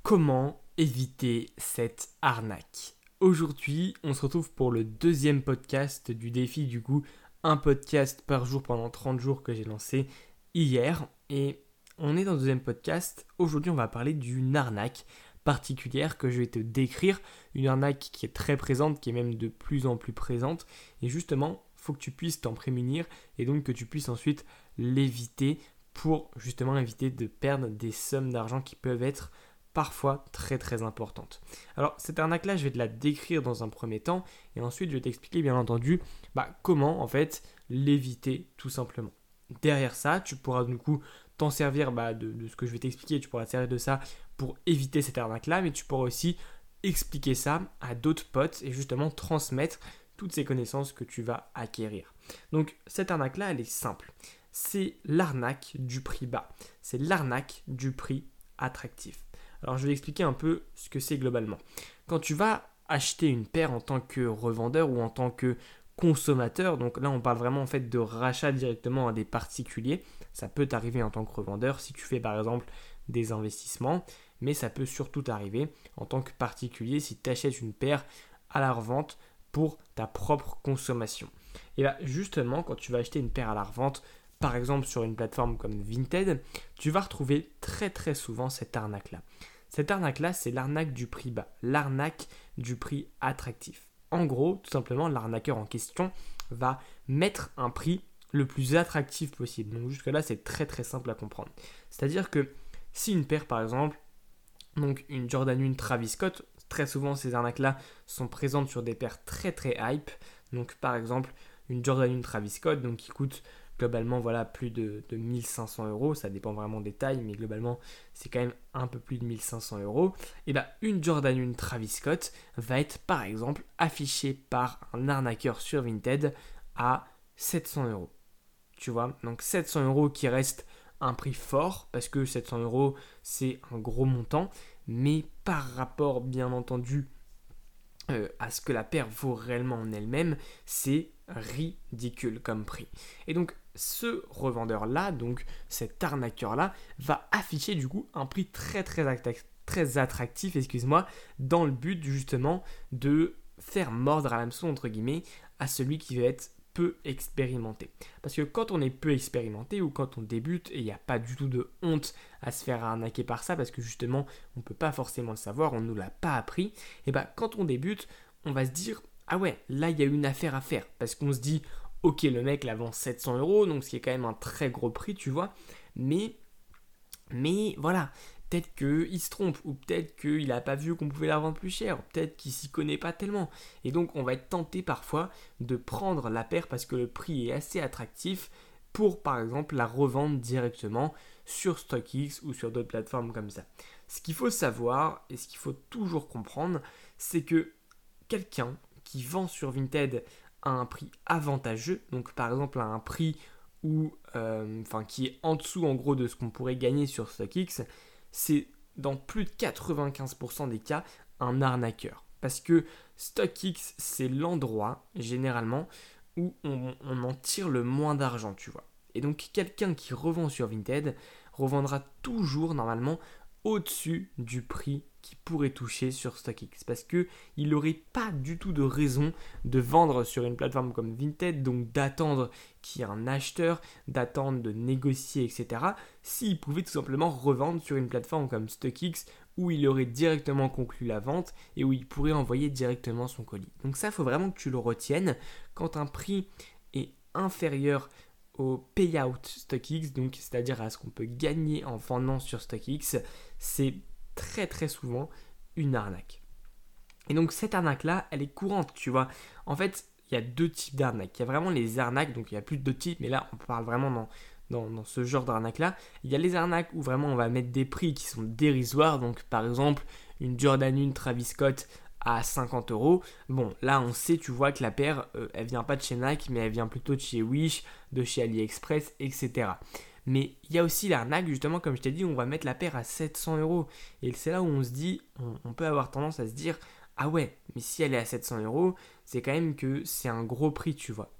Comment éviter cette arnaque? Aujourd'hui, on se retrouve pour le deuxième podcast du défi, un podcast par jour pendant 30 jours que j'ai lancé hier. Et on est dans le deuxième podcast. Aujourd'hui, on va parler d'une arnaque particulière que je vais te décrire. Une arnaque qui est très présente, qui est même de plus en plus présente. Et justement, il faut que tu puisses t'en prémunir et donc que tu puisses ensuite l'éviter pour justement éviter de perdre des sommes d'argent qui peuvent être parfois très très importante. Alors cette arnaque là, je vais te la décrire dans un premier temps et ensuite je vais t'expliquer bien entendu comment en fait l'éviter tout simplement. Derrière ça, tu pourras t'en servir de ce que je vais t'expliquer, tu pourras te servir de ça pour éviter cette arnaque là, mais tu pourras aussi expliquer ça à d'autres potes et justement transmettre toutes ces connaissances que tu vas acquérir. Donc cette arnaque là, elle est simple. C'est l'arnaque du prix bas. C'est l'arnaque du prix attractif. Alors je vais expliquer un peu ce que c'est globalement. Quand tu vas acheter une paire en tant que revendeur ou en tant que consommateur, donc là on parle vraiment en fait de rachat directement à des particuliers, ça peut t'arriver en tant que revendeur si tu fais par exemple des investissements, mais ça peut surtout t'arriver en tant que particulier si tu achètes une paire à la revente pour ta propre consommation. Et là justement quand tu vas acheter une paire à la revente, par exemple sur une plateforme comme Vinted, tu vas retrouver très très souvent cette arnaque-là. Cette arnaque-là, c'est l'arnaque du prix bas, l'arnaque du prix attractif. En gros, tout simplement, l'arnaqueur en question va mettre un prix le plus attractif possible. Donc jusque-là, c'est très très simple à comprendre. C'est-à-dire que si une paire, par exemple, donc une Jordan 1 Travis Scott, très souvent ces arnaques-là sont présentes sur des paires très très hype. Donc par exemple, une Jordan 1 Travis Scott, donc qui coûte globalement plus de 1500 euros, ça dépend vraiment des tailles, mais globalement c'est quand même un peu plus de 1500 euros. Et une Jordan 1 Travis Scott va être par exemple affichée par un arnaqueur sur Vinted à 700 euros. Tu vois, donc 700 euros qui reste un prix fort parce que 700 euros c'est un gros montant, mais par rapport bien entendu à ce que la paire vaut réellement en elle-même, c'est ridicule comme prix. Et donc ce revendeur-là, donc cet arnaqueur-là, va afficher un prix très attractif, dans le but justement de faire mordre à l'hameçon entre guillemets à celui qui va être peu expérimenté. Parce que quand on est peu expérimenté ou quand on débute, et il n'y a pas du tout de honte à se faire arnaquer par ça, parce que justement on ne peut pas forcément le savoir, on ne nous l'a pas appris, et quand on débute, on va se dire ah ouais, là il y a une affaire à faire, parce qu'on se dit ok, le mec la vend 700 euros, donc ce qui est quand même un très gros prix, tu vois, mais voilà, peut-être qu'il se trompe, ou peut-être qu'il n'a pas vu qu'on pouvait la vendre plus cher, peut-être qu'il s'y connaît pas tellement. Et donc on va être tenté parfois de prendre la paire parce que le prix est assez attractif pour par exemple la revendre directement sur StockX ou sur d'autres plateformes comme ça. Ce qu'il faut savoir et ce qu'il faut toujours comprendre, c'est que quelqu'un qui vend sur Vinted à un prix avantageux, donc par exemple à un prix qui est en dessous en gros de ce qu'on pourrait gagner sur StockX, c'est dans plus de 95% des cas un arnaqueur. Parce que StockX, c'est l'endroit généralement où on en tire le moins d'argent, tu vois. Et donc quelqu'un qui revend sur Vinted revendra toujours normalement au-dessus du prix qu'il pourrait toucher sur StockX parce qu'il n'aurait pas du tout de raison de vendre sur une plateforme comme Vinted, donc d'attendre qu'il y ait un acheteur, d'attendre de négocier, etc. S'il pouvait tout simplement revendre sur une plateforme comme StockX où il aurait directement conclu la vente et où il pourrait envoyer directement son colis. Donc ça, il faut vraiment que tu le retiennes. Quand un prix est inférieur au payout StockX, donc c'est-à-dire à ce qu'on peut gagner en vendant sur StockX, c'est très très souvent une arnaque. Et donc cette arnaque-là, elle est courante, tu vois. En fait, il y a deux types d'arnaques. Il y a vraiment les arnaques, donc il y a plus de deux types, mais là on parle vraiment dans ce genre d'arnaque-là. Il y a les arnaques où vraiment on va mettre des prix qui sont dérisoires, donc par exemple une Jordan 1 Travis Scott à 50 euros. Bon, là on sait, tu vois que la paire, elle vient pas de chez Nike, mais elle vient plutôt de chez Wish, de chez AliExpress, etc. Mais il y a aussi l'arnaque, justement, comme je t'ai dit, on va mettre la paire à 700 euros. Et c'est là où on se dit, on peut avoir tendance à se dire, ah ouais, mais si elle est à 700 euros, c'est quand même que c'est un gros prix, tu vois.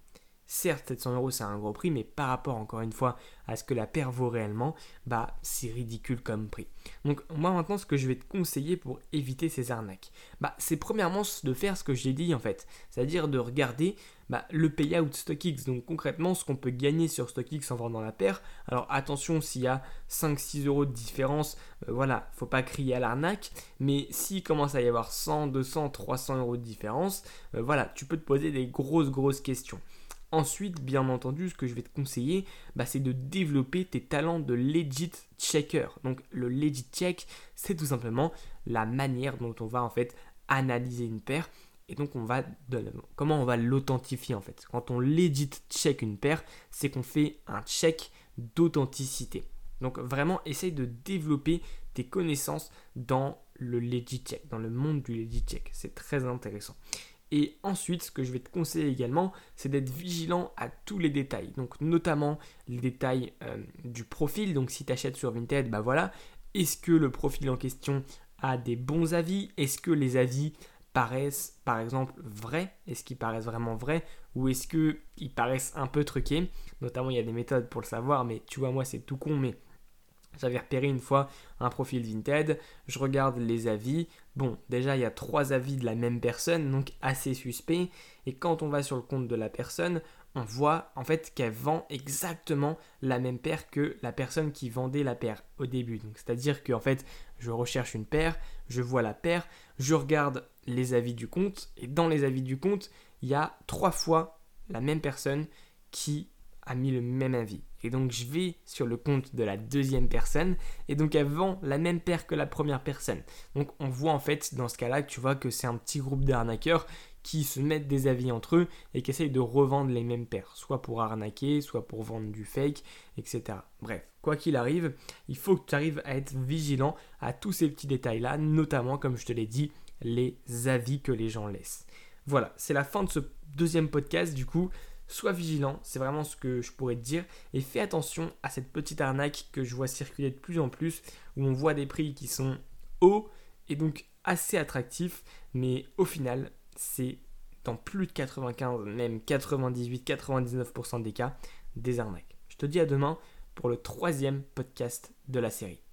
Certes, 700 € c'est un gros prix, mais par rapport encore une fois à ce que la paire vaut réellement, c'est ridicule comme prix. Donc moi maintenant ce que je vais te conseiller pour éviter ces arnaques, c'est premièrement de faire ce que j'ai dit en fait, c'est-à-dire de regarder le payout StockX, donc concrètement ce qu'on peut gagner sur StockX en vendant la paire. Alors attention, s'il y a 5-6 € de différence, faut pas crier à l'arnaque, mais s'il commence à y avoir 100, 200, 300 € de différence, tu peux te poser des grosses questions. Ensuite, bien entendu, ce que je vais te conseiller, c'est de développer tes talents de legit checker. Donc le legit check, c'est tout simplement la manière dont on va en fait analyser une paire. Et donc comment on va l'authentifier en fait. Quand on legit check une paire, c'est qu'on fait un check d'authenticité. Donc vraiment, essaye de développer tes connaissances dans le legit check, dans le monde du legit check. C'est très intéressant. Et ensuite, ce que je vais te conseiller également, c'est d'être vigilant à tous les détails. Donc notamment les détails du profil. Donc si tu achètes sur Vinted, est-ce que le profil en question a des bons avis? Est-ce que les avis paraissent par exemple vrais? Est-ce qu'ils paraissent vraiment vrais? Ou est-ce qu'ils paraissent un peu truqués? Notamment il y a des méthodes pour le savoir, mais tu vois, moi c'est tout con, mais j'avais repéré une fois un profil Vinted, je regarde les avis. Bon, déjà il y a 3 avis de la même personne, donc assez suspect. Et quand on va sur le compte de la personne, on voit en fait qu'elle vend exactement la même paire que la personne qui vendait la paire au début. Donc c'est-à-dire que en fait, je recherche une paire, je vois la paire, je regarde les avis du compte, et dans les avis du compte, il y a 3 fois la même personne qui a mis le même avis. Et donc je vais sur le compte de la deuxième personne et donc elle vend la même paire que la première personne. Donc on voit en fait dans ce cas-là que tu vois que c'est un petit groupe d'arnaqueurs qui se mettent des avis entre eux et qui essayent de revendre les mêmes paires, soit pour arnaquer, soit pour vendre du fake, etc. Bref, quoi qu'il arrive, il faut que tu arrives à être vigilant à tous ces petits détails-là, notamment comme je te l'ai dit, les avis que les gens laissent. Voilà, c'est la fin de ce deuxième podcast du coup. Sois vigilant, c'est vraiment ce que je pourrais te dire, et fais attention à cette petite arnaque que je vois circuler de plus en plus, où on voit des prix qui sont hauts et donc assez attractifs, mais au final, c'est dans plus de 95, même 98-99% des cas, des arnaques. Je te dis à demain pour le 3e podcast de la série.